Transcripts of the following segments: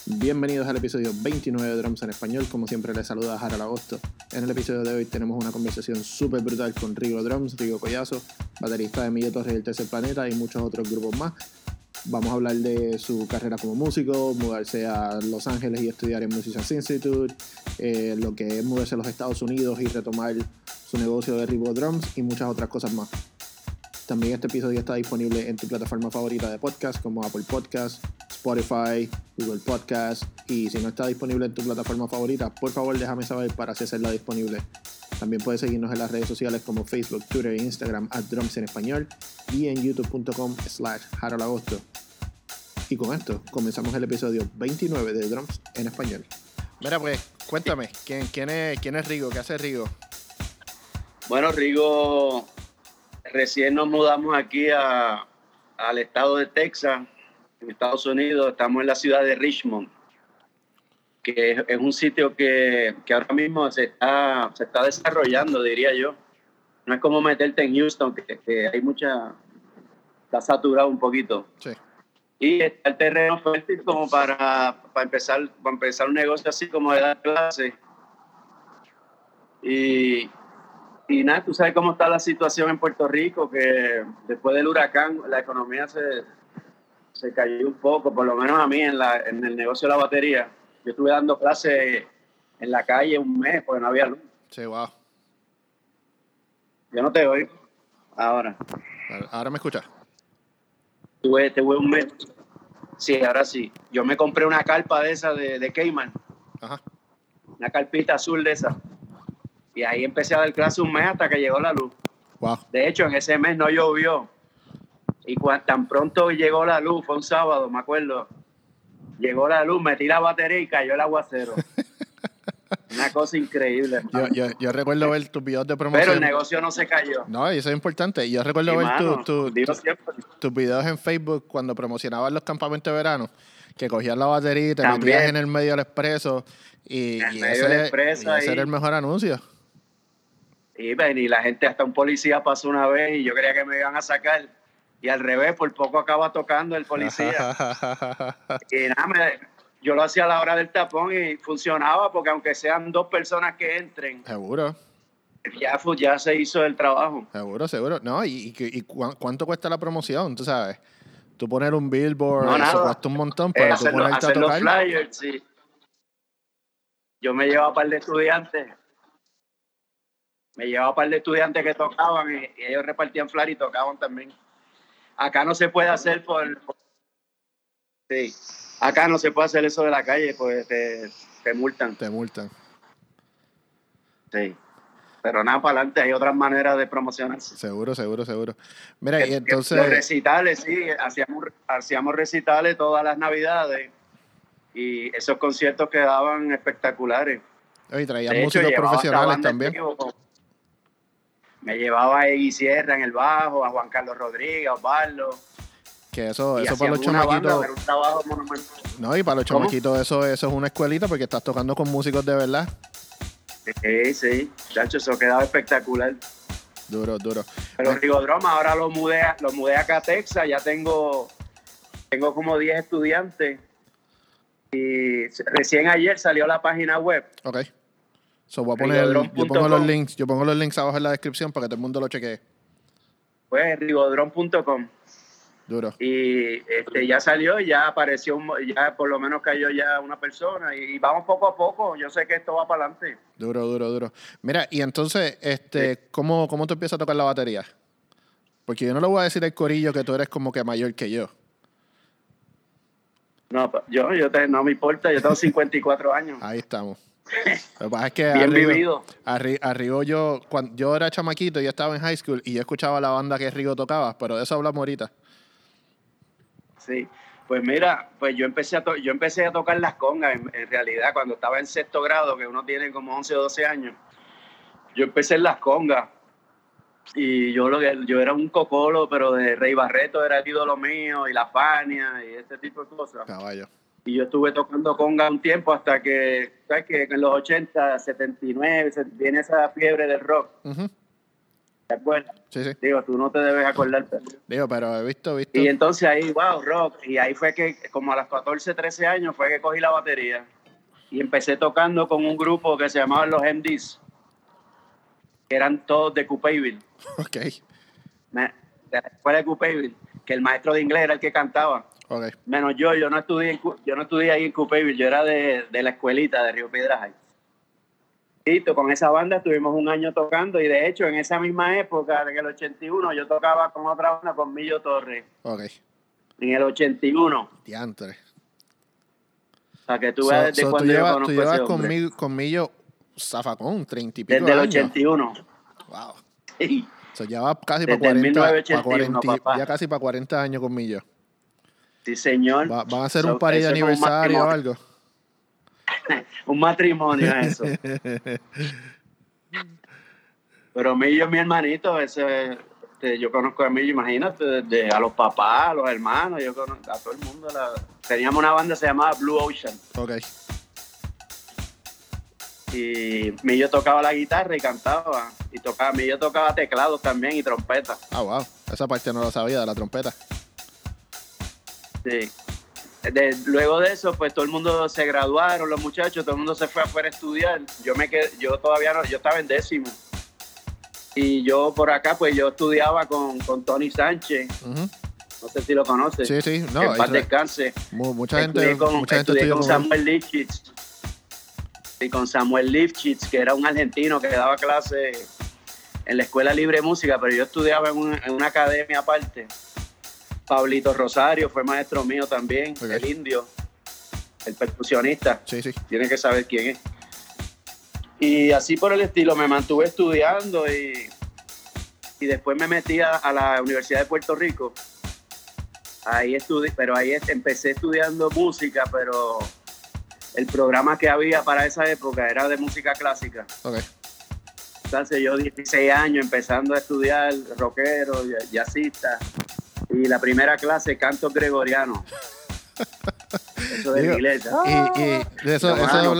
Bienvenidos al episodio 29 de Drums en Español. Como siempre les saluda Harold Agosto. En el episodio de hoy tenemos una conversación súper brutal con Rigo Drums, Rigo Collazo, baterista de Emilio Torres y el Tercer Planeta y muchos otros grupos más. Vamos a hablar de su carrera como músico, mudarse a Los Ángeles y estudiar en Musicians Institute, lo que es mudarse a los Estados Unidos y retomar su negocio de Rigo Drums y muchas otras cosas más. También este episodio está disponible en tu plataforma favorita de podcast como Apple Podcasts, Spotify, Google Podcasts, y si no está disponible en tu plataforma favorita, por favor déjame saber para así hacerla disponible. También puedes seguirnos en las redes sociales como Facebook, Twitter e Instagram @Drums en Español y en youtube.com/HaroldAgosto. Y con esto comenzamos el episodio 29 de Drums en Español. Mira pues, cuéntame, ¿quién es Rigo? ¿Qué hace Rigo? Bueno, Rigo, recién nos mudamos aquí al estado de Texas, en Estados Unidos. Estamos en la ciudad de Richmond, que es un sitio que ahora mismo se está desarrollando, diría yo. No es como meterte en Houston, que hay está saturado un poquito. Sí. Y está el terreno fértil como para empezar un negocio así como de dar clases. Y nada, tú sabes cómo está la situación en Puerto Rico, que después del huracán la economía se cayó un poco, por lo menos a mí en el negocio de la batería. Yo estuve dando clases en la calle un mes porque no había luz. Sí, wow. Yo no te oigo ahora. ¿Ahora me escuchas? Tuve un mes. Sí, ahora sí. Yo me compré una carpa de esa de Cayman. Ajá. Una carpita azul de esa. Y ahí empecé a dar clases un mes hasta que llegó la luz. Wow. De hecho, en ese mes no llovió. Y tan pronto llegó la luz, fue un sábado, me acuerdo. Llegó la luz, metí la batería y cayó el aguacero. Una cosa increíble. Yo recuerdo ver tus videos de promoción. Pero el negocio no se cayó. No, y eso es importante. Yo recuerdo ver tus videos en Facebook cuando promocionabas los campamentos de verano, que cogías la batería y te metías en el medio del expreso. Y ese era el mejor anuncio. Y la gente, hasta un policía pasó una vez y yo creía que me iban a sacar. Y al revés, por poco acaba tocando el policía. Y nada, yo lo hacía a la hora del tapón y funcionaba, porque aunque sean 2 personas que entren, seguro, ya se hizo el trabajo. Seguro. No, ¿y cuánto cuesta la promoción? Tú sabes, tú poner un billboard, no, eso cuesta un montón, pero tú ponerte a tocar. Los flyers, sí. Yo me llevaba a un par de estudiantes. Que tocaban y ellos repartían flyers y tocaban también. Acá no se puede hacer Sí. Acá no se puede hacer eso de la calle, pues te multan. Te multan. Sí. Pero nada, para adelante, hay otras maneras de promocionarse. Seguro. Mira, y entonces... Los recitales, sí, hacíamos recitales todas las Navidades y esos conciertos quedaban espectaculares. Y traían músicos profesionales también. Me llevaba a Egui Sierra en el bajo, a Juan Carlos Rodríguez, a Osvaldo. Que eso para los chamaquitos. Banda, un trabajo monumental. No, y para los chamaquitos eso es una escuelita porque estás tocando con músicos de verdad. Sí, chacho, eso quedaba espectacular. Duro. Pero Rigo Drums ahora lo mudé acá a Texas, ya tengo como 10 estudiantes. Y recién ayer salió la página web. Ok. So voy a poner, yo pongo los links abajo en la descripción para que todo el mundo lo chequee. Pues rigodrum.com. Duro. Y ya salió, ya apareció, ya por lo menos cayó ya una persona y vamos poco a poco. Yo sé que esto va para adelante. Duro. Mira, y entonces, sí. ¿Cómo tú empiezas a tocar la batería? Porque yo no le voy a decir al corillo que tú eres como que mayor que yo. No, no me importa, yo tengo 54 años. Ahí estamos. Lo que pasa es que bien vivido. Arriba cuando yo era chamaquito, yo estaba en high school y yo escuchaba la banda que Rigo tocaba, pero de eso hablamos ahorita. Sí, pues mira, yo empecé a tocar las congas en realidad cuando estaba en 6º grado, que uno tiene como 11 o 12 años. Yo empecé en las congas y yo era un cocolo, pero de Rey Barreto era el ídolo mío y la Fania y ese tipo de cosas. Caballo. Y yo estuve tocando conga un tiempo hasta que, ¿sabes? Que en los 80, 79 viene esa fiebre del rock. Uh-huh. ¿Te acuerdas? Sí, sí. Digo, tú no te debes acordar. Pero he visto. Y entonces ahí, wow, rock. Y ahí fue que, como a los 14, 13 años, fue que cogí la batería. Y empecé tocando con un grupo que se llamaban los MDs, que eran todos de Coupéville. Ok. De la escuela de Coupéville, que el maestro de inglés era el que cantaba. Okay. Menos yo no estudié ahí en Coupéville, yo era de la escuelita de Río Piedras. Y con esa banda estuvimos un año tocando, y de hecho en esa misma época, en el 81, yo tocaba con otra banda, con Millo Torres. Ok. En el 81. Diantre. O sea, que tú veas desde cuando yo conozco tú llevas ese hombre. conmigo zafacón, 30 y pico desde el años. 81. Wow. Sí. So, ya va casi desde para 1981, 40, papá. ya casi para 40 años conmigo. Sí, señor. ¿Van a hacer un party de aniversario o algo? Un matrimonio eso. Pero Millo es mi hermanito, yo conozco a Millo, imagínate, desde a los papás, a los hermanos, yo conozco a todo el mundo. Teníamos una banda que se llamaba Blue Ocean. Ok. Y Millo tocaba la guitarra y cantaba. Millo tocaba teclados también y trompeta. Ah, wow. Esa parte no lo sabía, de la trompeta. Sí. Luego de eso, pues todo el mundo se graduaron, los muchachos, todo el mundo se fue afuera a estudiar. Yo todavía no, yo estaba en 10º. Y yo por acá, pues yo estudiaba con Tony Sánchez. Uh-huh. No sé si lo conoces. Sí, sí. No, que en paz descanse. Mucha gente estudié con Samuel Lifshitz. Y con Samuel Lifshitz, que era un argentino que daba clase en la Escuela Libre de Música, pero yo estudiaba en una academia aparte. Pablito Rosario fue maestro mío también, okay. El indio, el percusionista. Sí, sí. Tiene que saber quién es. Y así por el estilo me mantuve estudiando y después me metí a la Universidad de Puerto Rico. Ahí empecé estudiando música, pero el programa que había para esa época era de música clásica. Okay. Entonces yo 16 años empezando a estudiar rockero, jazzista. Y la primera clase, canto gregoriano. Eso de la iglesia. Y eso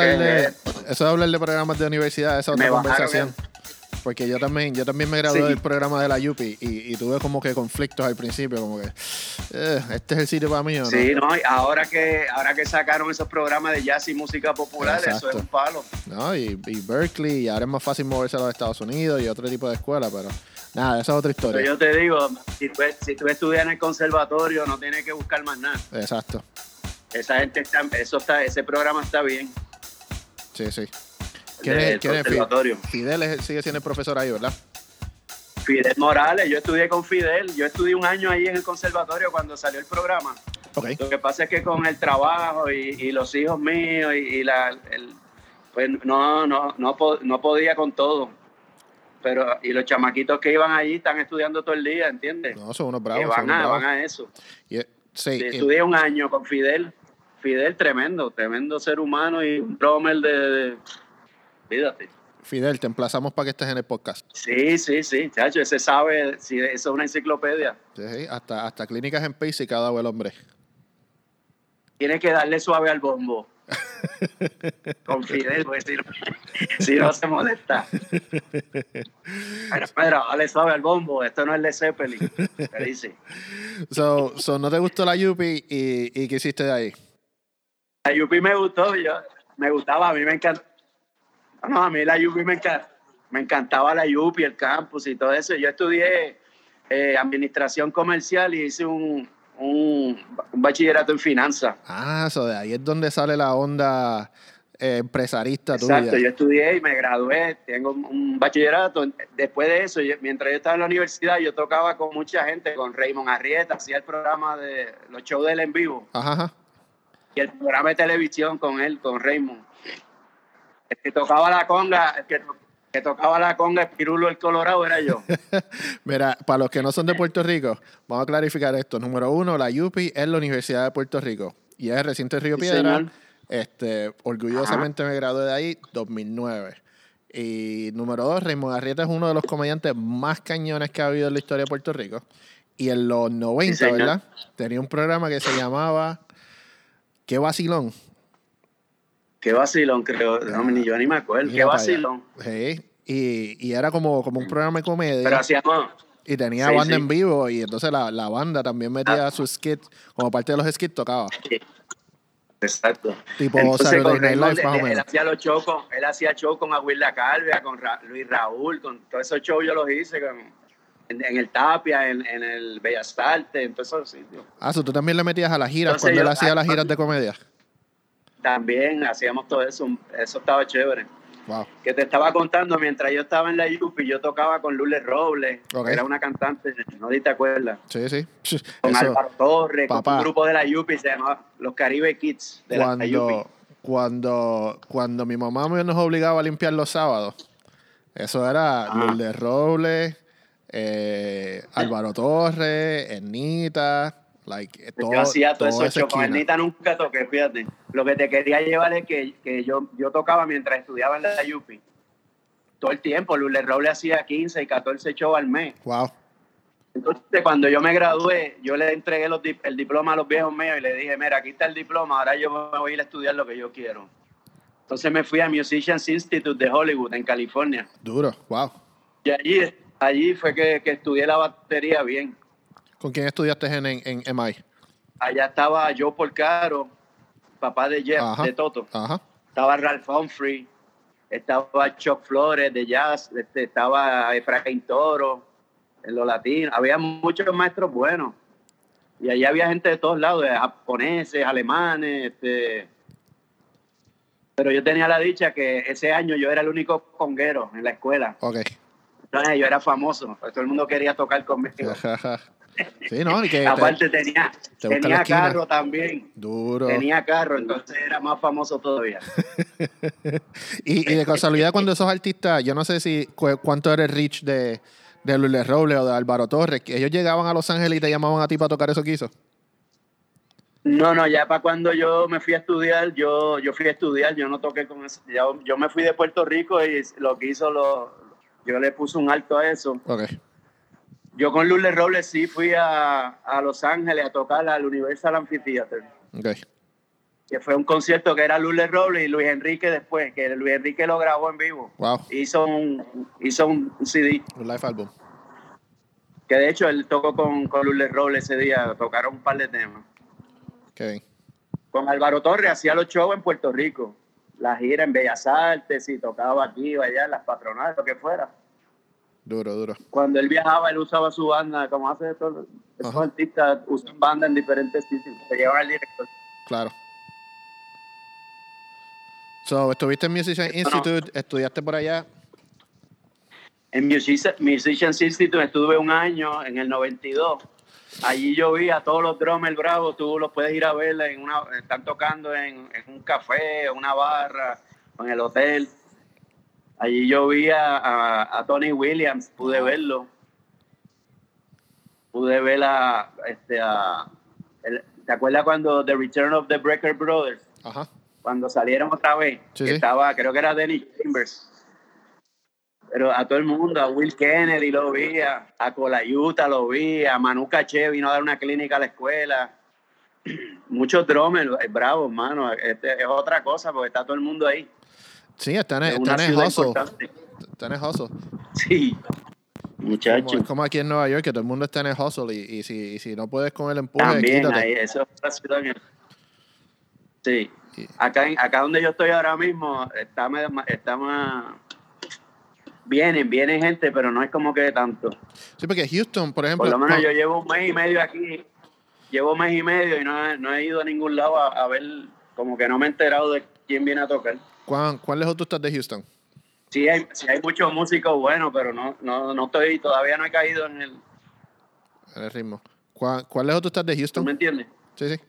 de hablar de programas de universidad, esa otra conversación. Porque yo también me gradué del programa de la UPI y tuve como que conflictos al principio, como que este es el sitio para mí, ¿o no? Sí, no, y ahora que sacaron esos programas de jazz y música popular, exacto. Eso es un palo. No, y Berkeley, y ahora es más fácil moverse a los Estados Unidos y otro tipo de escuela, pero nada, esa es otra historia. Pero yo te digo, si tú estudias en el conservatorio, no tienes que buscar más nada. Exacto. Esa gente ese programa está bien. Sí, sí. ¿Quién es? Fidel sigue siendo el profesor ahí, ¿verdad? Fidel Morales, yo estudié con Fidel. Yo estudié un año ahí en el conservatorio cuando salió el programa. Okay. Lo que pasa es que con el trabajo y los hijos míos pues no podía con todo. Pero y los chamaquitos que iban allí están estudiando todo el día, ¿entiendes? No, son unos bravos. Que van a eso. Estudié un año con Fidel. Fidel, tremendo ser humano y un drummer Fíjate. Fidel, te emplazamos para que estés en el podcast. Sí, chacho, ese sabe, sí, eso es una enciclopedia. Sí, hasta clínicas en Paysic ha dado el hombre. Tiene que darle suave al bombo. Con Fidel, pues si no se molesta. Pero dale suave al bombo, esto no es de Zeppelin. ¿Qué dice? So, ¿no te gustó la Yupi y qué hiciste de ahí? La Yupi me gustó, me gustaba, a mí me encantaba. No, a mí la Yupi me encantaba la Yupi, el campus y todo eso. Yo estudié administración comercial y hice un bachillerato en finanzas. So de ahí es donde sale la onda empresarista tuya. Exacto, yo estudié y me gradué, tengo un bachillerato. Después de eso, mientras yo estaba en la universidad, yo tocaba con mucha gente, con Raymond Arrieta, hacía el programa de los shows de él en vivo. Ajá. Y el programa de televisión con él, con Raymond. El que tocaba la conga, que tocaba la conga, el Pirulo el Colorado, era yo. Mira, para los que no son de Puerto Rico, vamos a clarificar esto. Número 1, la UPI es la Universidad de Puerto Rico y es el recinto de Río Piedras. Orgullosamente me gradué de ahí 2009. Y número 2, Raymond Arrieta es uno de los comediantes más cañones que ha habido en la historia de Puerto Rico. Y en los 90, ¿verdad? Tenía un programa que se llamaba ¿Qué vacilón? Qué vacilón, creo. No, yo ni me acuerdo. Qué vacilón. Sí. y era como un programa de comedia. Pero hacíamos... Y tenía Sí, banda sí. en vivo y entonces la banda también metía sus skits, como parte de los skits tocaba. Sí. Exacto. Tipo Entonces, Saturday con Night Raymond, Live, más o él menos. hacía los shows él hacía show con Aguila Calvia, con Luis Raúl, con todos esos shows yo los hice en el Tapia, en el Bellas Artes, en todos esos sitios. Tú también le metías a las giras Entonces, cuando él hacía las giras de comedia. También hacíamos todo eso estaba chévere. Wow. Que te estaba contando, mientras yo estaba en la Yupi, yo tocaba con Lourdes Robles, Ok. era una cantante, no te acuerdas. Sí. Con Eso, Álvaro Torres, papá, con un grupo de la Yupi, se llamaba Los Caribe Kids de la Yupi. cuando mi mamá nos obligaba a limpiar los sábados, eso era Lourdes Robles, Álvaro Torres, Ernita, Yo hacía todo eso, esa con esquina. Ernita nunca toqué, fíjate. Lo que te quería llevar es que yo tocaba mientras estudiaba en la Yupi. Todo el tiempo, Lourdes Robles hacía 15 y 14 shows al mes. Wow. Entonces, cuando yo me gradué, yo le entregué el diploma a los viejos míos y le dije, mira, aquí está el diploma, ahora yo me voy a ir a estudiar lo que yo quiero. Entonces me fui a Musicians Institute de Hollywood, en California. Duro, wow. Y allí fue que estudié la batería bien. ¿Con quién estudiaste en MI? Allá estaba Joe Porcaro, papá de Jeff, Ajá. de Toto. Ajá. Estaba Ralph Humphrey, estaba Chuck Flores de jazz, estaba Efraín Toro, en los latinos. Había muchos maestros buenos. Y allí había gente de todos lados, de japoneses, alemanes. Pero yo tenía la dicha que ese año yo era el único conguero en la escuela. Ok. Entonces yo era famoso, pues todo el mundo quería tocar conmigo. Sí, ¿no? Y que Aparte te gusta la tenía esquina. carro también. Duro. Tenía carro, entonces era más famoso todavía. y de casualidad, cuando esos artistas, yo no sé si cuánto era el reach de Lourdes Robles o de Álvaro Torres, que ellos llegaban a Los Ángeles y te llamaban a ti para tocar eso que hizo. No, ya para cuando yo me fui a estudiar, yo fui a estudiar, yo no toqué con eso. Yo me fui de Puerto Rico y lo que hizo, yo le puse un alto a eso. Ok. Yo con Lourdes Robles sí fui a Los Ángeles a tocar al Universal Amphitheater. Ok. Que fue un concierto que era Lourdes Robles y Luis Enrique después, que Luis Enrique lo grabó en vivo. Wow. Hizo un CD. Un live album. Que de hecho él tocó con Lourdes Robles ese día, tocaron un par de temas. Qué bien. Con Álvaro Torres hacía los shows en Puerto Rico, la gira en Bellas Artes, y tocaba aquí o allá en las patronales, lo que fuera. Duro. Cuando él viajaba, él usaba su banda, como hace todos esos artistas, usan banda en diferentes sitios, se llevan al director. Claro. So, estuviste en Musician Institute, estudiaste por allá. En Musicians Institute estuve un año, en el 92. Allí yo vi a todos los drummers bravos, tú los puedes ir a ver, están tocando en un café, una barra, o en el hotel. Allí yo vi a Tony Williams, pude verlo. Pude ver ¿te acuerdas cuando The Return of the Brecker Brothers? Ajá. Cuando salieron otra vez, Sí. estaba, creo que era Dennis Chambers. Pero a todo el mundo, a Will Kennedy lo vi, a Colayuta lo vi, a Manu Caché vino a dar una clínica a la escuela. Muchos drummers, bravos, mano. Es otra cosa porque está todo el mundo ahí. Sí, están en una el ciudad hustle. importante. Están en el hustle. Sí, muchachos. Es como aquí en Nueva York, que todo el mundo está en el hustle y si no puedes con el empuje, También, quítate. ahí, eso es otra ciudad. Sí. Acá donde yo estoy ahora mismo, está más... Vienen gente, pero no es como que tanto. Sí, porque Houston, por ejemplo... Por lo menos yo llevo un mes y medio aquí. Llevo un mes y medio y no he ido a ningún lado a ver, como que no me he enterado de quién viene a tocar. ¿Cuán lejos tú estás de Houston? Sí hay muchos músicos buenos, pero no estoy, todavía no he caído en el... En el ritmo. ¿Cuán lejos tú estás de ¿Tú Houston? me entiendes? Sí.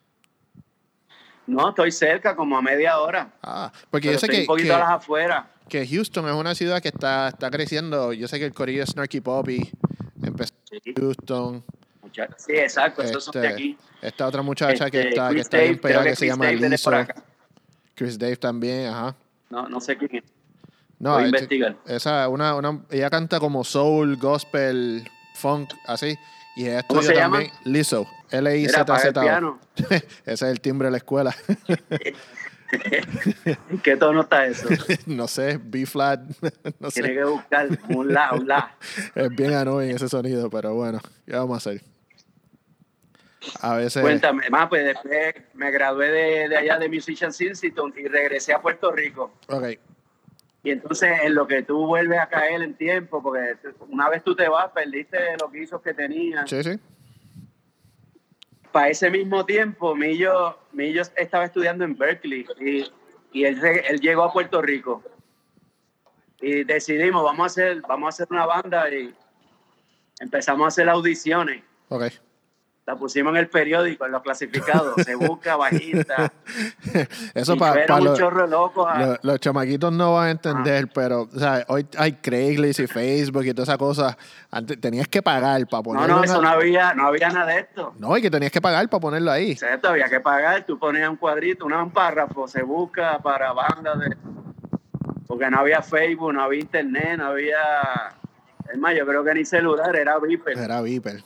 No, estoy cerca, como a media hora. Porque Pero yo sé estoy un poquito a las afueras. que Houston es una ciudad que está creciendo. Yo sé que el corillo de Snarky Puppy empezó en Houston. Sí, exacto, esos son de aquí. Esta otra muchacha que está Chris bien Dave, pegada creo que se Chris llama Dave es Lizzo. por acá. Chris Dave también, ajá. No sé quién es. No, Voy a investigar. Ella canta como soul, gospel, funk, así. Y ella ¿Cómo estudia se también llama? Lizzo, Mira, apaga el Lizzo. piano. Ese es el timbre de la escuela. ¿En qué tono está eso? No sé, B flat, no Tiene sé. que buscar un la. Es bien annoying ese sonido, pero bueno, ¿qué vamos a hacer? A veces... Cuéntame, más pues después me gradué de allá de Musicians Institute y regresé a Puerto Rico. Ok, Y entonces en lo que tú vuelves a caer en tiempo, porque una vez tú te vas, perdiste los guisos que tenías. sí, sí. Para ese mismo tiempo, Millo estaba estudiando en Berkeley y él llegó a Puerto Rico. Y decidimos, vamos a hacer una banda y empezamos a hacer audiciones. Ok. La pusimos en el periódico, en los clasificados. Se busca bajista. Eso Y para fueron un chorro de locos. los chamaquitos no van a entender, pero o sea, hoy hay Craigslist y Facebook y todas esas cosas. Antes tenías que pagar para ponerlo. No, eso no había nada de esto. No, y que tenías que pagar para ponerlo ahí. Exacto, había que pagar. Tú ponías un cuadrito, un párrafo. Se busca para bandas de... Porque no había Facebook, no había internet, no había... Es más, yo creo que ni celular, era Viper. Era Viper.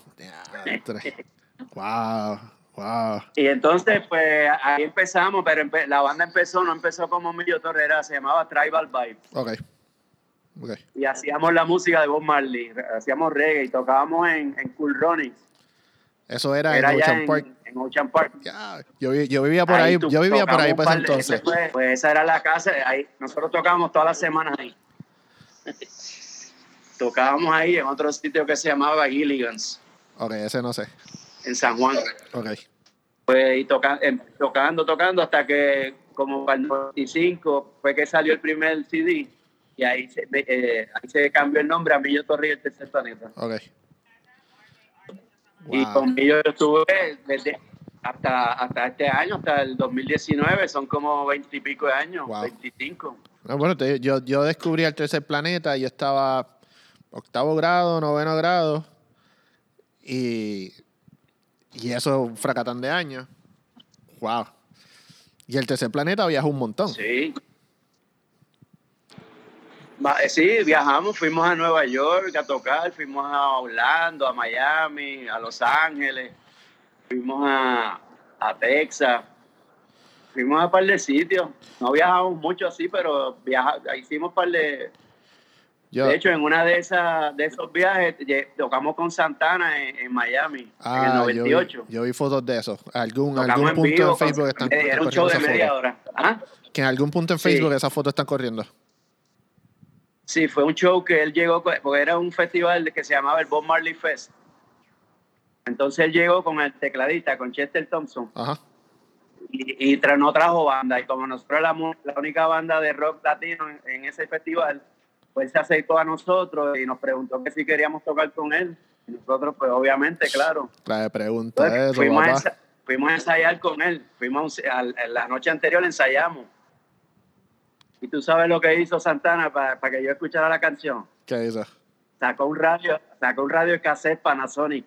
Wow. Y entonces, pues, ahí empezamos, pero la banda no empezó como Millo Torrera, se llamaba Tribal Vibe. Ok. Y hacíamos la música de Bob Marley, hacíamos reggae y tocábamos en Cool Runnings. Eso era en Ocean Park. En Ocean Park. Yeah. Yo vivía por ahí, yo vivía por ahí pues entonces. Pues esa era la casa, ahí nosotros tocábamos todas las semanas ahí. Tocábamos ahí en otro sitio que se llamaba Gilligan's. Ok, ese no sé. En San Juan. Ok. Pues y tocando hasta que como para el 95 fue que salió el primer CD y ahí se cambió el nombre a Millo Torres y el Tercer Planeta. Ok. Wow. Y con Millo yo estuve desde hasta este año, hasta el 2019, son como 20 y pico de años, wow. 25. No, bueno, yo descubrí el Tercer Planeta, yo estaba 8º grado, 9º grado y eso un fracatán de años. Wow. Y el Tercer Planeta viajó un montón. Sí. Sí, viajamos, fuimos a Nueva York a tocar, fuimos a Orlando, a Miami, a Los Ángeles, fuimos a Texas, fuimos a un par de sitios. No viajamos mucho así, pero hicimos un par de... De hecho, en una de esos viajes tocamos con Santana en Miami, en el 98. Yo vi fotos de eso. Algún punto en Facebook están era un show de media hora. ¿Ah? Que en algún punto en Facebook esas fotos están corriendo. Sí, fue un show que él llegó, porque era un festival que se llamaba el Bob Marley Fest. Entonces él llegó con el tecladista, con Chester Thompson. Ajá. Y no trajo banda. Y como nosotros éramos la única banda de rock latino en ese festival, pues él se acercó a nosotros y nos preguntó que si queríamos tocar con él. Y nosotros, pues obviamente, claro. La pregunta entonces, eso, fuimos a ensayar con él. La noche anterior ensayamos. ¿Y tú sabes lo que hizo Santana para que yo escuchara la canción? ¿Qué hizo? Sacó un radio de cassette Panasonic.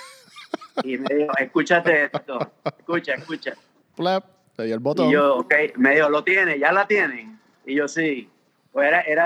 Y me dijo, escúchate esto. Escucha. Plap, le dio el botón. Y yo, ok, me dijo, ¿lo tiene? ¿Ya la tienen? Y yo, sí. Pues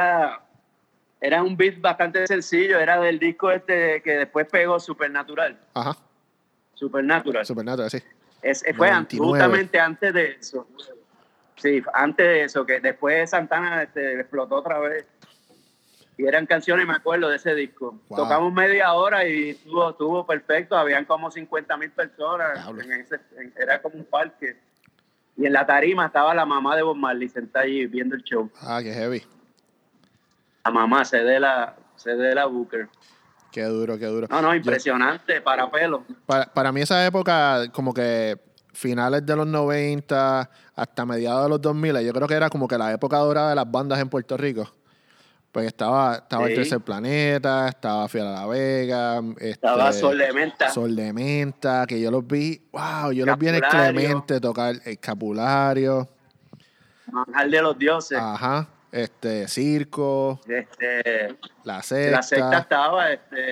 era un beat bastante sencillo. Era del disco que después pegó Supernatural. Ajá. Supernatural, sí. Fue justamente antes de eso. Sí, antes de eso, que después Santana explotó otra vez. Y eran canciones, me acuerdo, de ese disco. Wow. Tocamos media hora y estuvo perfecto. Habían como 50,000 personas. Era como un parque. Y en la tarima estaba la mamá de Bob Marley sentada allí viendo el show. Ah, qué heavy. La mamá, se de la Booker. Qué duro. No, impresionante, para pelo. Para mí esa época, como que finales de los 90 hasta mediados de los 2000, yo creo que era como que la época dorada de las bandas en Puerto Rico. Pues estaba el Tercer Planeta, estaba Fiel a la Vega, estaba Sol de Menta, que yo los vi, los vi en el Clemente tocar Escapulario. Manjar de los Dioses. Ajá. Circo. La Secta. La Secta estaba,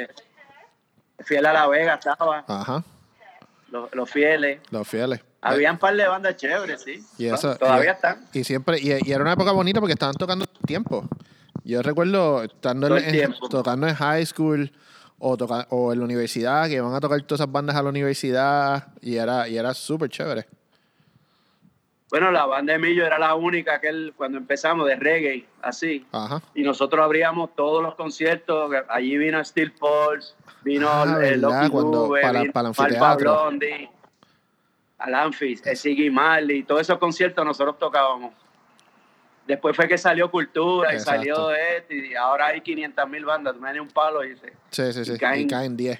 Fiel a la Vega estaba. Ajá. Los Fieles. Había un par de bandas chéveres, sí. Todavía están. Y siempre, y era una época bonita porque estaban tocando tiempo. Yo recuerdo tocando en high school o en la universidad, que iban a tocar todas esas bandas a la universidad y era súper chévere. Bueno, la banda de Millo era la única cuando empezamos de reggae, así. Ajá. Y nosotros abríamos todos los conciertos. Allí vino Steel Pulse, vino ¿Verdad? Lucky Cuando Dube, para vino el Alpha anfiteatro. Blondie, Alanfis, Siggy Marley. Todos esos conciertos nosotros tocábamos. Después fue que salió Cultura y Exacto. salió y ahora hay 500,000 bandas. Tú me das un palo y Sí. Y caen 10.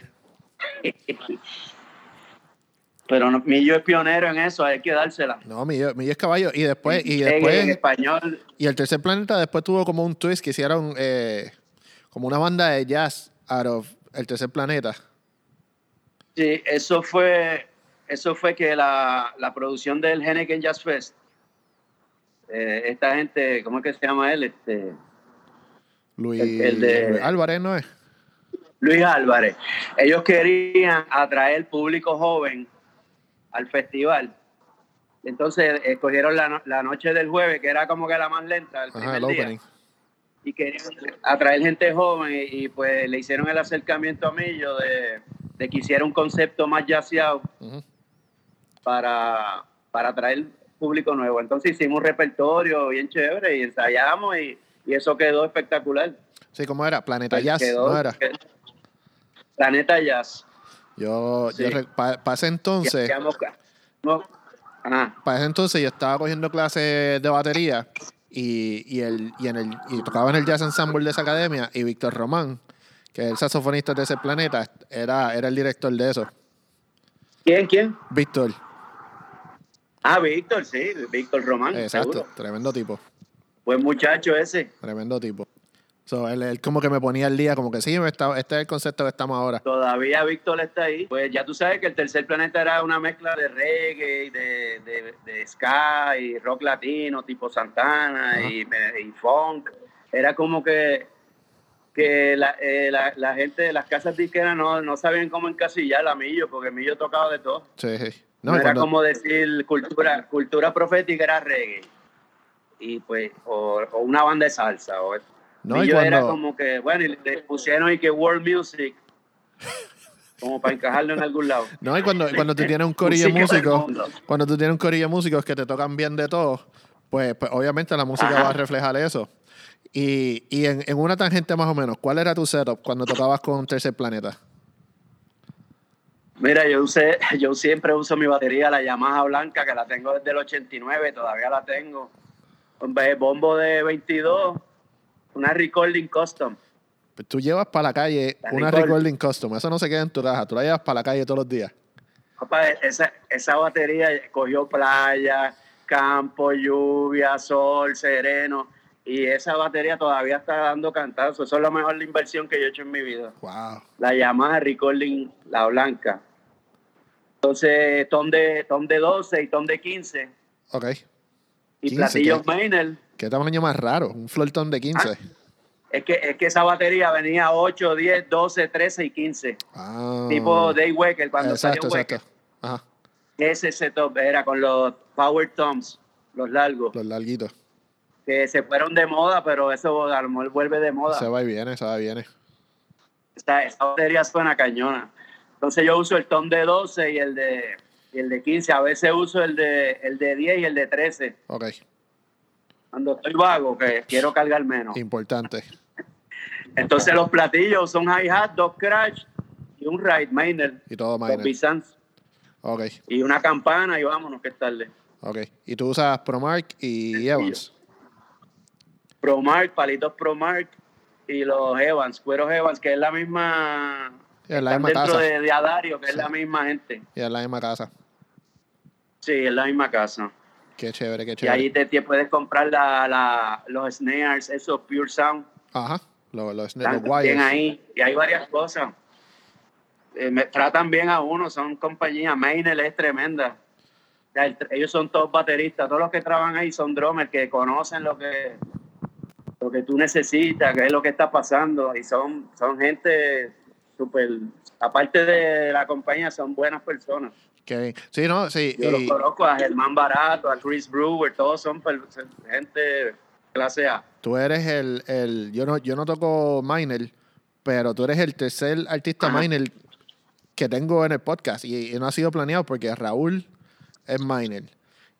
Pero Millo es pionero en eso, hay que dársela. No, Millo es caballo. Y después, En español. Y el Tercer Planeta después tuvo como un twist que hicieron como una banda de jazz out of el Tercer Planeta. Sí, eso fue que la producción del Henneken Jazz Fest, esta gente, ¿cómo es que se llama él? Luis, el de Luis Álvarez, ¿no es? Luis Álvarez. Ellos querían atraer público joven al festival. Entonces escogieron la noche del jueves, que era como que la más lenta, el primer día. Opening. Y querían atraer gente joven y pues le hicieron el acercamiento a Millo de que hiciera un concepto más jazzeado para atraer público nuevo. Entonces hicimos un repertorio bien chévere y ensayamos y eso quedó espectacular. Sí, ¿cómo era? Planeta Jazz, ¿no era? Planeta Jazz. Para ese entonces... Para ese entonces yo estaba cogiendo clases de batería y tocaba en el Jazz Ensemble de esa academia, y Víctor Román, que es el saxofonista de Ese Planeta, era el director de eso. ¿Quién? Víctor. Víctor, sí, Víctor Román. Exacto, seguro. Tremendo tipo. Buen muchacho ese. Tremendo tipo. Él como que me ponía al día, como que sí, este es el concepto que estamos ahora. Todavía Víctor está ahí. Pues ya tú sabes que el Tercer Planeta era una mezcla de reggae, de ska y rock latino, tipo Santana y funk. Era como que la gente de las casas disqueras no sabían cómo encasillar a Millo, porque Millo tocaba de todo. Sí. No era como decir cultura profética, era reggae. Y pues, o una banda de salsa, Millo era como que, bueno, y le pusieron y que world music, como para encajarlo en algún lado. No, y cuando tú tienes un corillo de músicos, que te tocan bien de todo, pues obviamente la música va a reflejar eso. Y en una tangente más o menos, ¿cuál era tu setup cuando tocabas con Tercer Planeta? Mira, yo siempre uso mi batería, la Yamaha blanca, que la tengo desde el 89, todavía la tengo. Un bombo de 22, una Recording Custom. Pues tú llevas para la calle una Recording Custom, eso no se queda en tu caja, tú la llevas para la calle todos los días. Papá, esa batería cogió playa, campo, lluvia, sol, sereno, y esa batería todavía está dando cantazos. Eso es la mejor inversión que yo he hecho en mi vida. Wow. La Yamaha Recording, la blanca. Entonces, tom de 12 y tom de 15. Ok. Y 15, platillos Maynard. ¿Qué tamaño más raro? Un floor tom de 15. Es que esa batería venía 8, 10, 12, 13 y 15. Tipo Dave Wecker, cuando salió Wecker. Ajá. Ese setup era con los Power Toms, los largos. Los larguitos. Que se fueron de moda, pero eso a lo mejor vuelve de moda. Se va y viene. Esa batería suena cañona. Entonces yo uso el tom de 12 y el de 15. A veces uso el de 10 y el de 13. Ok. Cuando estoy vago, que quiero cargar menos. Importante. Entonces los platillos son hi-hat, 2 crash y un ride Maynard. Y todo Maynard. Ok. Y una campana y vámonos, que es tarde. Ok. ¿Y tú usas ProMark y Evans? ProMark, palitos ProMark y los Evans, cueros Evans, que es la misma... Es la misma dentro casa. de Adario, que sí. Es la misma gente. Y es la misma casa. Sí, es la misma casa. Qué chévere. Y ahí te puedes comprar los snares, esos Pure Sound. Ajá, los wires. Bien ahí. Y hay varias cosas. Me tratan bien a uno, son compañías. Maynard es tremenda. Ellos son todos bateristas. Todos los que trabajan ahí son drummers que conocen lo que tú necesitas, qué es lo que está pasando. Y son gente súper... Aparte de la compañía, son buenas personas. Okay. Sí, no, sí. Yo los conozco a Germán Barato, a Chris Brewer, todos son gente clase A. Tú eres yo no toco Maynard, pero tú eres el tercer artista Maynard que tengo en el podcast y no ha sido planeado porque Raúl es Maynard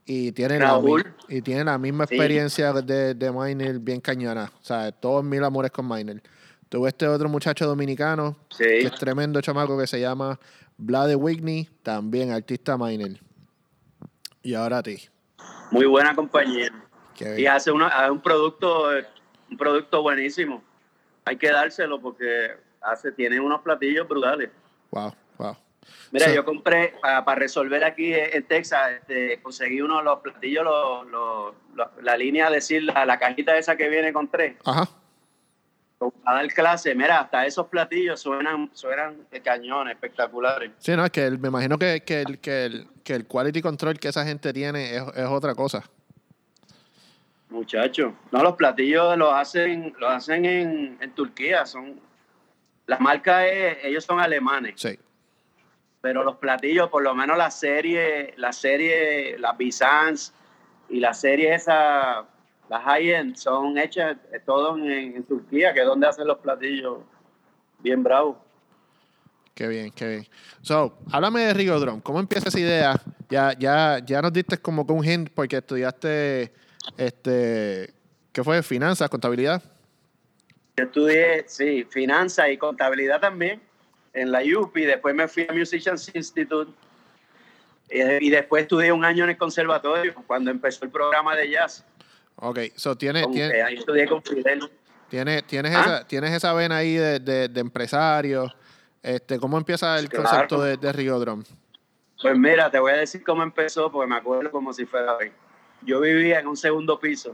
y tiene Raúl. y tiene la misma Sí. experiencia de Miner bien cañona. O sea, todos mil amores con Miner. Tuve este otro muchacho dominicano Sí. que es tremendo chamaco que se llama Vlade Whitney, también artista Miner. Y ahora a ti. Muy buena compañía. Qué Y bien. hace un producto buenísimo. Hay que dárselo porque tiene unos platillos brutales. Wow, wow. Mira, So, yo compré, para resolver aquí en Texas, conseguí uno de los platillos, la línea, decir, la cajita esa que viene con 3. ajá. A dar clase, mira, hasta esos platillos suenan de cañones, espectaculares. Sí, no, es que me imagino que el quality control que esa gente tiene es otra cosa. Muchachos, no, los platillos los hacen en Turquía, la marca ellos son alemanes. Sí. Pero los platillos, por lo menos la serie, la Byzance y la serie esa, las high-end, son hechas todo en Turquía, que es donde hacen los platillos bien bravos. Qué bien, qué bien. So, háblame de Rigo Drum. ¿Cómo empieza esa idea? Ya nos diste como que un hint porque estudiaste, ¿qué fue? Finanzas, contabilidad. Yo estudié, sí, finanzas y contabilidad también en la UPI. Después me fui a Musicians Institute y después estudié un año en el conservatorio cuando empezó el programa de jazz. Ok, so Ahí estudié con Fidel. tienes esa vena ahí de empresario. ¿Cómo empieza el Claro. concepto de Rigo Drum? Pues mira, te voy a decir cómo empezó porque me acuerdo como si fuera hoy. Yo vivía en un segundo piso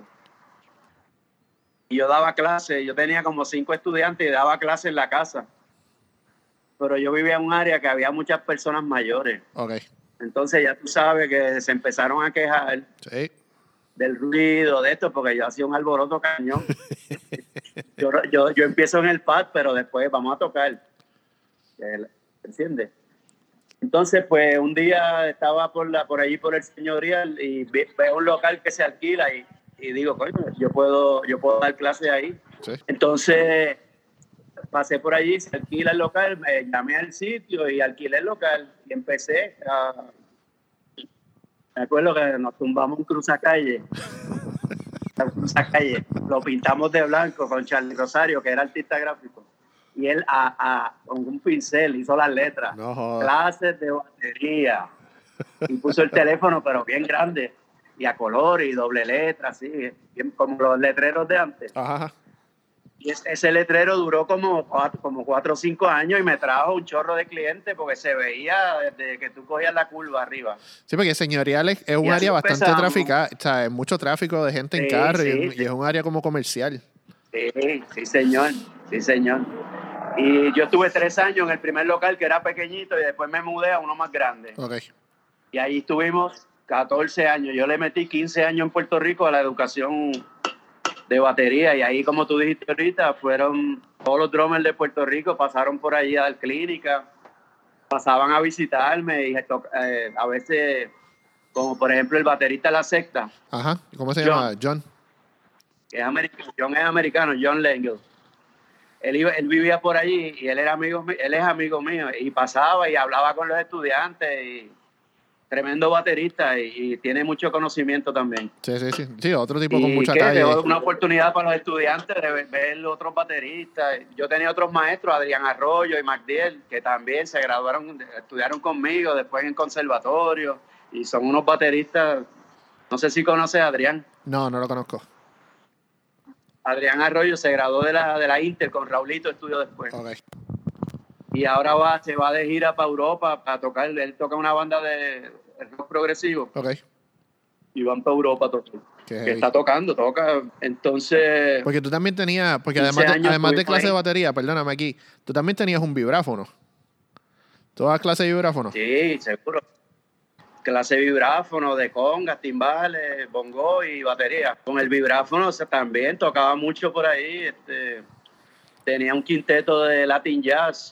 y yo daba clases. Yo tenía como 5 estudiantes y daba clases en la casa. Pero yo vivía en un área que había muchas personas mayores. Ok, Entonces ya tú sabes que se empezaron a quejar sí. del ruido, de esto, porque yo hacía un alboroto cañón. yo empiezo en el pad, pero después vamos a tocar. ¿Entiendes? Entonces, pues un día estaba por allí por el Señorial y veo un local que se alquila y digo, coño, yo puedo dar clase ahí. Sí. Entonces pasé por allí, se alquila el local, me llamé al sitio y alquilé el local y empecé me acuerdo que nos tumbamos un cruzacalle. Lo pintamos de blanco con Charlie Rosario, que era artista gráfico. Y él con un pincel hizo las letras. No jodas. Clases de batería. Y puso el teléfono, pero bien grande. Y a color y doble letra, así, bien, como los letreros de antes. Ajá. Y ese letrero duró como 4 o 5 años y me trajo un chorro de clientes porque se veía desde que tú cogías la curva arriba. Sí, porque Señorial es un Y así área bastante empezamos. traficada. O sea, hay mucho tráfico de gente en Sí, carro sí, y es un área como comercial. Sí, señor. Sí, señor. Y yo estuve 3 años en el primer local que era pequeñito y después me mudé a uno más grande. Ok. Y ahí estuvimos 14 años. Yo le metí 15 años en Puerto Rico a la educación de batería y ahí, como tú dijiste ahorita, fueron todos los drummers de Puerto Rico, pasaron por allí a dar clínica, pasaban a visitarme y a veces, como por ejemplo el baterista de La Secta, Ajá. ¿Cómo se John. llama? John. que es americano, John Lengle. Él vivía por allí y él es amigo mío y pasaba y hablaba con los estudiantes y tremendo baterista y tiene mucho conocimiento también. Sí. Sí, otro tipo con Y mucha que calle. dio una oportunidad para los estudiantes de ver otros bateristas. Yo tenía otros maestros, Adrián Arroyo y Magdiel, que también se graduaron, estudiaron conmigo después en conservatorio y son unos bateristas. No sé si conoces a Adrián. No lo conozco. Adrián Arroyo se graduó de la Inter con Raulito, estudió después. Ok. Y ahora se va de gira para Europa para tocar. Él toca una banda de rock progresivo Ok. y van para Europa a tocar. Qué Que heavy. está toca. Entonces, Porque tú también tenías, porque 15 además años de estuvimos clase de ahí. batería, perdóname aquí, tú también tenías un vibráfono. ¿Tú das clase de vibráfono? Sí, seguro. Clase de vibráfono, de congas, timbales, bongo y batería. Con el vibráfono también tocaba mucho por ahí. Tenía un quinteto de Latin Jazz.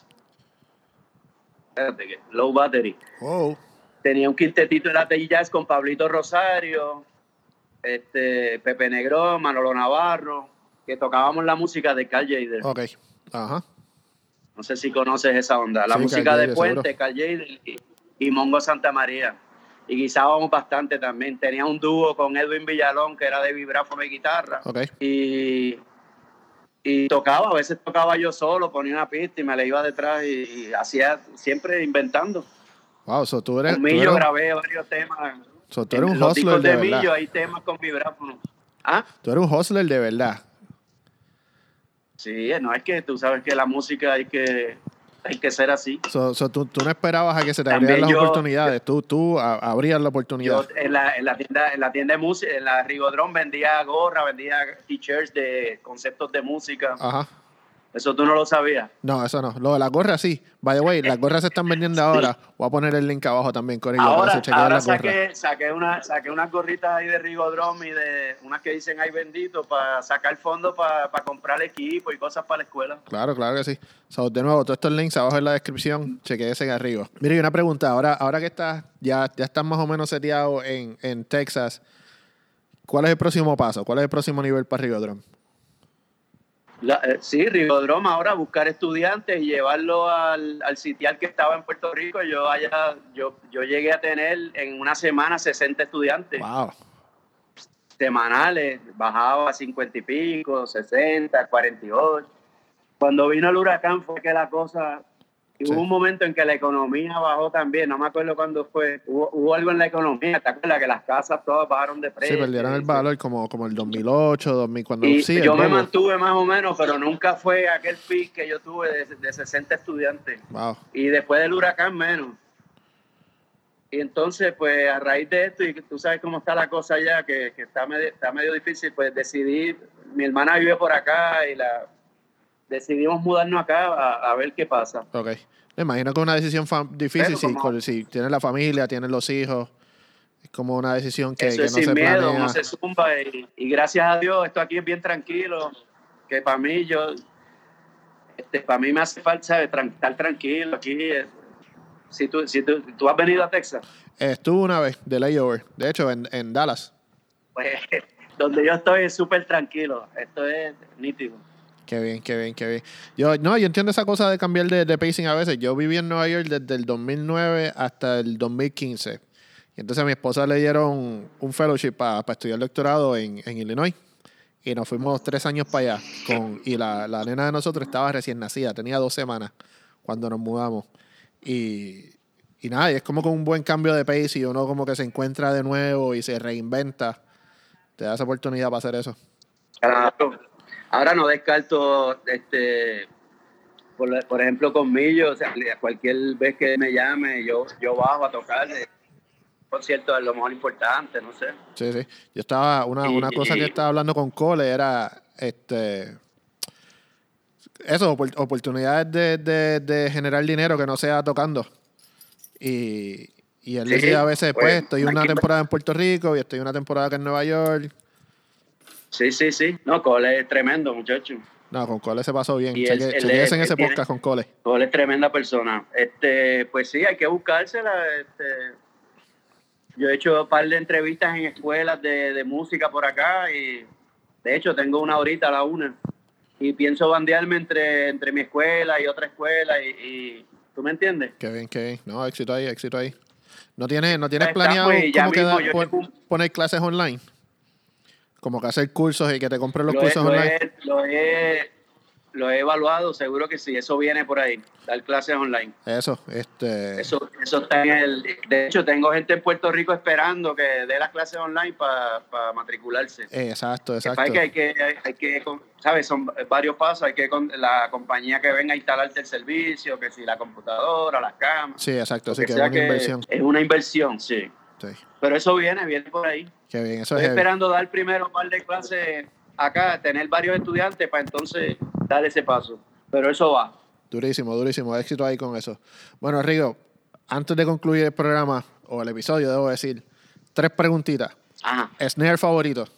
Espérate, low battery. Wow. Tenía un quintetito de Latin Jazz con Pablito Rosario, Pepe Negrón, Manolo Navarro, que tocábamos la música de Carl Jader. Ok. Ajá. No sé si conoces esa onda. La Sí, música Carl de Jader, Puente, seguro. Carl Jader y Mongo Santa María. y guisábamos bastante también. Tenía un dúo con Edwin Villalón, que era de vibráfono y guitarra. Okay. Y tocaba, a veces tocaba yo solo, ponía una pista y me le iba detrás y hacía siempre inventando. Wow, so tú eres... Con Millo grabé varios temas. So tú eres un los hustler discos de de verdad. Millo hay temas con vibráfono. ¿Ah? Tú eres un hustler de verdad. Sí, no, es que tú sabes que la música hay que ser así. So, tú no esperabas a que se te También abrieran las oportunidades. Tú abrías la oportunidad. Yo en la tienda de música, en la Rigodrome vendía gorra, vendía t-shirts de conceptos de música. Ajá. Eso tú no lo sabías. No, eso no. Lo de las gorras sí. By the way, las gorras se están vendiendo ahora. Voy a poner el link abajo también, Corillo, para que se chequeen Ahora las gorras. saqué unas gorritas ahí de Rigodrome y de unas que dicen ay bendito para sacar fondos para comprar equipo y cosas para la escuela. Claro que sí. So, de nuevo, todos estos links abajo en la descripción, chequéense arriba. Mire, y una pregunta. Ahora que ya estás más o menos seteado en Texas, ¿cuál es el próximo paso? ¿Cuál es el próximo nivel para Rigodrome? Sí, Rigodrome ahora buscar estudiantes y llevarlo al sitial que estaba en Puerto Rico. Yo llegué a tener en una semana 60 estudiantes. Wow. Semanales, bajaba a 50 y pico, 60, 48. Cuando vino el huracán fue que la cosa... Sí. Hubo un momento en que la economía bajó también, no me acuerdo cuándo fue. Hubo algo en la economía, ¿te acuerdas? Que las casas todas bajaron de precio. Sí, perdieron el valor como el 2008, 2000, cuando y sí, yo me mantuve más o menos, pero nunca fue aquel pic que yo tuve de 60 estudiantes. Wow. Y después del huracán menos. Y entonces, pues a raíz de esto, y tú sabes cómo está la cosa allá, que está medio difícil, pues decidí, mi hermana vive por acá y decidimos mudarnos acá a ver qué pasa. Ok. Me imagino que es una decisión difícil si tienes la familia, tienes los hijos. Es como una decisión que eso no es sin se miedo, planea. no se zumba. Y gracias a Dios, esto aquí es bien tranquilo. Que para mí, para mí me hace falta, ¿sabes? Estar tranquilo aquí. Si tú has venido a Texas. Estuve una vez de layover. De hecho, en Dallas. Pues donde yo estoy es súper tranquilo. Esto es nítido. Qué bien. Yo entiendo esa cosa de cambiar de pacing a veces. Yo viví en Nueva York desde el 2009 hasta el 2015. Y entonces a mi esposa le dieron un fellowship para estudiar doctorado en Illinois. Y nos fuimos 3 años para allá. Y la nena de nosotros estaba recién nacida. Tenía 2 semanas cuando nos mudamos. Y nada, y es como con un buen cambio de pace y uno como que se encuentra de nuevo y se reinventa. Te da esa oportunidad para hacer eso. Claro. Ahora no descarto, por ejemplo, con Millo, o sea, cualquier vez que me llame, yo bajo a tocar. Por cierto, es lo más importante, no sé. Sí. Yo estaba, una cosa que estaba hablando con Cole era, eso, oportunidades de generar dinero que no sea tocando. Y él decía a veces, pues estoy una temporada en Puerto Rico y estoy una temporada acá en Nueva York. Sí. No, Cole es tremendo, muchacho. No, con Cole se pasó bien. Y Chequéese en ese podcast con Cole. Cole es tremenda persona. Pues sí, hay que buscársela. Yo he hecho un par de entrevistas en escuelas de música por acá y de hecho tengo una ahorita a la 1 y pienso bandearme entre mi escuela y otra escuela y ¿tú me entiendes? Qué bien. No, éxito ahí. ¿No tienes planeado poner clases online? Como que hacer cursos y que te compren los cursos online. Lo he evaluado, seguro que sí, eso viene por ahí, dar clases online. Eso está en el... De hecho, tengo gente en Puerto Rico esperando que dé las clases online para matricularse. Exacto. Hay que, ¿sabes? Son varios pasos, hay que la compañía que venga a instalarte el servicio, que si la computadora, las cámaras. Sí, exacto, sí, que es una inversión. Es una inversión, sí. Pero eso viene por ahí. Qué bien, eso Estoy esperando dar primero un par de clases acá, tener varios estudiantes para entonces dar ese paso. Pero eso va. Durísimo. Éxito ahí con eso. Bueno, Rigo, antes de concluir el programa, o el episodio, debo decir, 3 preguntitas. Ajá. Snare favorito.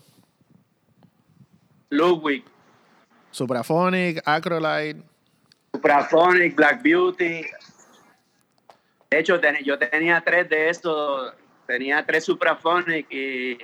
Ludwig. Supraphonic, Acrolite. Supraphonic, Black Beauty. De hecho, yo tenía 3 de estos. Tenía 3 Supraphonic y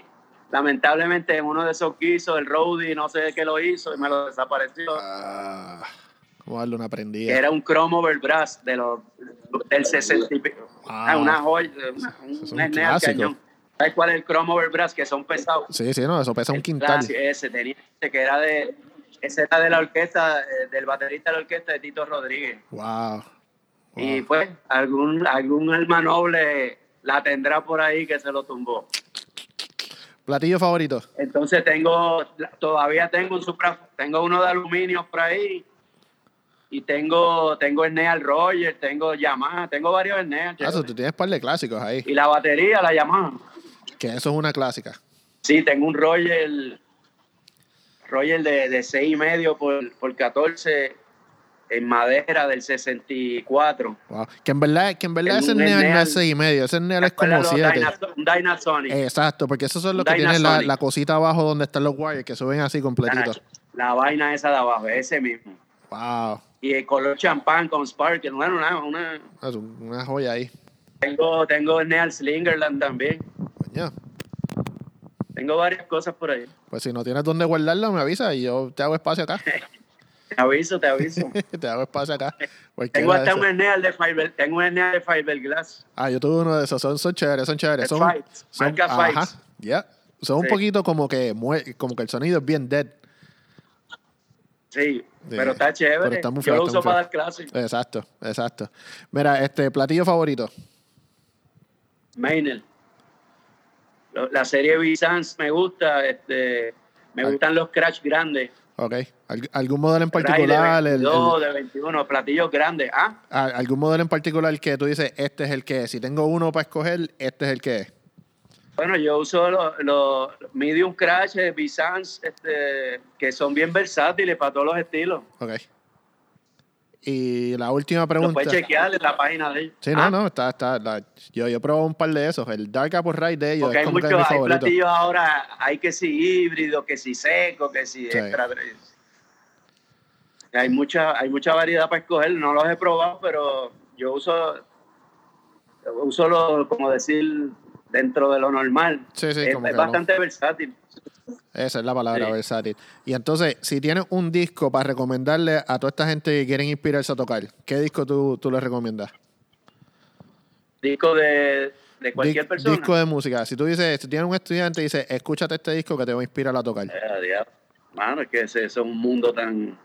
lamentablemente en uno de esos guisos, el Rowdy no sé qué lo hizo y me lo desapareció. Vamos a darle una que prendida. era un Chrome Over Brass del 60 y pico. Wow. Una joya, Eso es un un SNES al clásico. cañón. ¿Sabes cuál es el Chrome Over Brass? Que son pesados. Sí, no, eso pesa un El quintal. clásico, ese tenía, que era ese era de la orquesta, del baterista de la orquesta de Tito Rodríguez. Wow. Y pues algún alma noble la tendrá por ahí que se lo tumbó. ¿Platillo favorito? Entonces todavía tengo tengo uno de aluminio por ahí y tengo SNES Roger, tengo Yamaha, tengo varios SNES. Eso, tú tienes un par de clásicos ahí. Y la batería, la Yamaha. Que eso es una clásica. Sí, tengo un Roger de 6,5 por 14 en madera del 64. Wow. Que en verdad ese un NEAL no SNEAL, es 6,5, ese NEAL es como 7. Un Dynasonic. Exacto, porque esos son los Un que tienen Dynasonic. la cosita abajo donde están los wires, que suben así completitos. La vaina esa de abajo, ese mismo. Wow. Y el color champán con sparkle, Es una joya ahí. Tengo SNEAL Slingerland también. Coño. Tengo varias cosas por ahí. Pues si no tienes dónde guardarlo, me avisa y yo te hago espacio acá. Te aviso. Te hago espacio acá. Tengo hasta un SNEAL de fiberglass. Yo tuve uno de esos. Son chéveres. Marca Fights. Ajá, yeah. Son un poquito como que el sonido es bien dead. Sí, pero está chévere. Pero está muy Yo feo, lo está uso muy para feo. dar clases. Exacto. Mira, platillo favorito. Maynard. La serie Bizance me gusta. Me gustan los Crash grandes. Ok. ¿Algún modelo en particular? De 22, de 21, platillos grandes. ¿Algún modelo en particular que tú dices, este es el que es? Si tengo uno para escoger, este es el que es. Bueno, yo uso los medium crash Bizance, que son bien versátiles para todos los estilos. Ok. Y la última pregunta. Lo puedes chequear en la página de ellos. Sí, yo he probado un par de esos. El Dark Apple Ride de ellos Porque es como que es mi hay favorito. platillos ahora, hay que si híbrido, que si seco, que si extra. Hay mucha variedad para escoger. No los he probado, pero yo uso como decir, dentro de lo normal. Sí, es bastante versátil. Esa es la palabra, versátil. Y entonces, si tienes un disco para recomendarle a toda esta gente que quieren inspirarse a tocar, ¿qué disco tú les recomiendas? Disco de cualquier persona. Disco de música. Si tienes un estudiante y dice, escúchate este disco que te va a inspirar a tocar. Mano, es que ese es un mundo tan...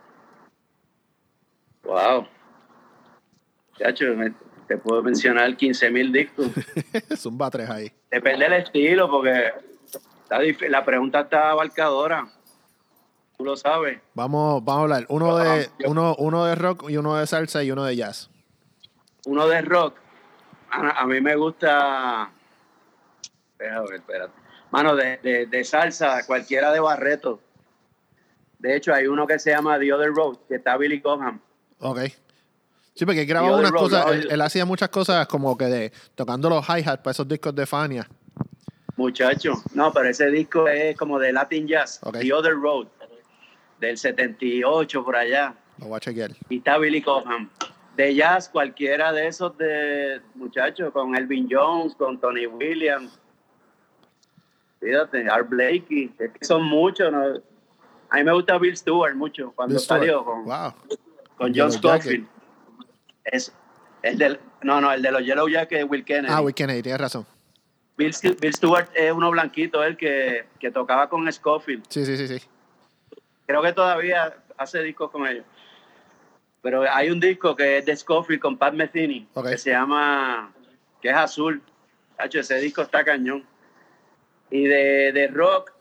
Wow. Chacho, te puedo mencionar 15,000 discos. Zumba 3 ahí. Depende del estilo, porque la pregunta está abarcadora. Tú lo sabes. Vamos a hablar. Uno de rock y uno de salsa y uno de jazz. Uno de rock. A mí me gusta... Espérate. Mano, de salsa, cualquiera de Barreto. De hecho, hay uno que se llama The Other Road, que está Billy Cobham. Ok. Sí, porque él grababa unas cosas, él hacía muchas cosas como que tocando los hi-hats para esos discos de Fania. Muchacho, no, pero ese disco es como de Latin Jazz, Okay. The Other Road, del 78 por allá. Lo voy a chequear. Y está Billy Cobham. De jazz, cualquiera de esos muchachos, con Elvin Jones, con Tony Williams. Fíjate, Art Blakey, es que son muchos, ¿no? A mí me gusta Bill Stewart mucho, cuando salió con John Scofield. Es el de los Yellow Jackets, Will Kennedy. Will Kennedy, tienes razón. Bill Stewart es uno blanquito, él que tocaba con Scofield. Sí. Creo que todavía hace discos con ellos. Pero hay un disco que es de Scofield con Pat Metheny, que se llama, que es azul. Hacho, ese disco está cañón. Y de rock,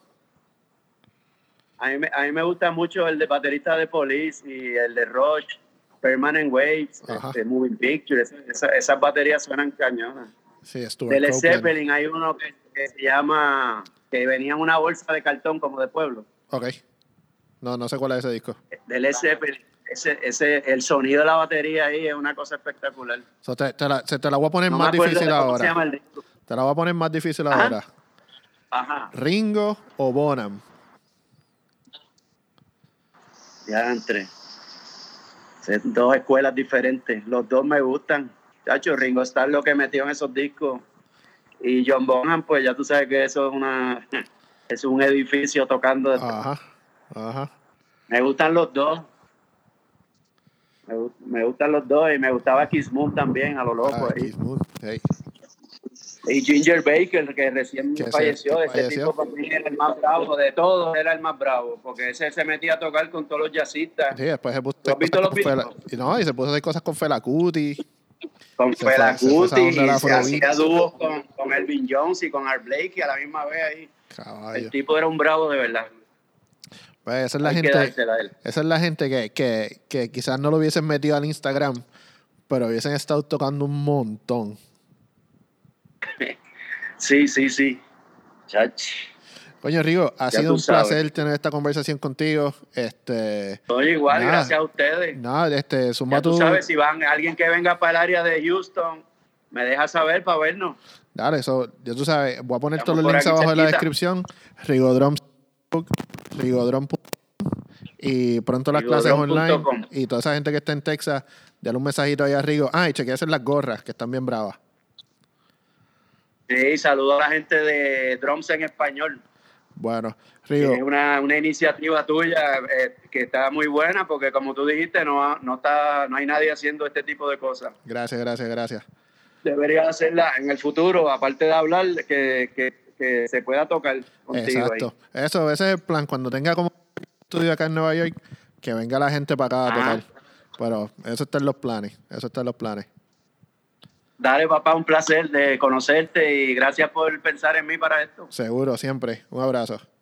a mí me gusta mucho el de baterista de Police y el de Rush, Permanent Waves, Moving Pictures. Esas baterías suenan cañonas. Sí, Stuart de Led Copeland. Zeppelin hay uno que se llama, que venía en una bolsa de cartón como de pueblo. Ok. No sé cuál es ese disco. De Led Zeppelin. El sonido de la batería ahí es una cosa espectacular. Te la voy a poner más difícil ahora. ¿Cómo se llama el disco? Te la voy a poner más difícil ahora. Ajá. ¿Ringo o Bonham? Ya entre. Son dos escuelas diferentes. Los dos me gustan. Chacho, Ringo Starr lo que metió en esos discos. Y John Bonham, pues ya tú sabes que eso es un edificio tocando. Ajá. Me gustan los dos. Me gustan los dos y me gustaba Kiss Moon también, a lo loco. Keith Moon, hey. Y Ginger Baker, que recién Que falleció. Ese falleció. tipo para mí era el más bravo de todos, era el más bravo, porque ese se metía a tocar con todos los jazzistas. Sí, después se puso ¿Tú has visto los videos? y se puso a hacer cosas con Fela Kuti. Con Se fue Fela esa onda Kuti, de la y se Afrobeat. hacía dúos con Elvin Jones y con Art Blakey a la misma vez ahí. Caballo. El tipo era un bravo de verdad. Pues esa es la Hay que gente, dársela a él. esa es la gente que quizás no lo hubiesen metido al Instagram, pero hubiesen estado tocando un montón. Sí. Chach. Coño, Rigo, ha Ya sido tú un sabes. placer tener esta conversación contigo. Oye, igual, Nada. gracias a ustedes. Nada, zumba Ya tú tú. sabes, si van alguien que venga para el área de Houston, me deja saber para vernos. Dale, eso, ya tú sabes, voy a poner Estamos todos los por links aquí abajo en la cerquita. descripción. Rigodrum, Rigodrum. Y pronto las clases Rigodrum.com. online. Y toda esa gente que está en Texas, dale un mensajito ahí a Rigo. Y chequease las gorras, que están bien bravas. Sí, saludo a la gente de Drums en Español. Bueno, Que Rigo, es una iniciativa tuya que está muy buena porque, como tú dijiste, no hay nadie haciendo este tipo de cosas. gracias. Debería hacerla en el futuro, aparte de hablar, que se pueda tocar contigo. Exacto. Eso, ese es el plan. Cuando tenga como estudio acá en Nueva York, que venga la gente para acá a Ajá. tocar. Pero eso está en los planes. Dale, papá, un placer de conocerte y gracias por pensar en mí para esto. Seguro, siempre. Un abrazo.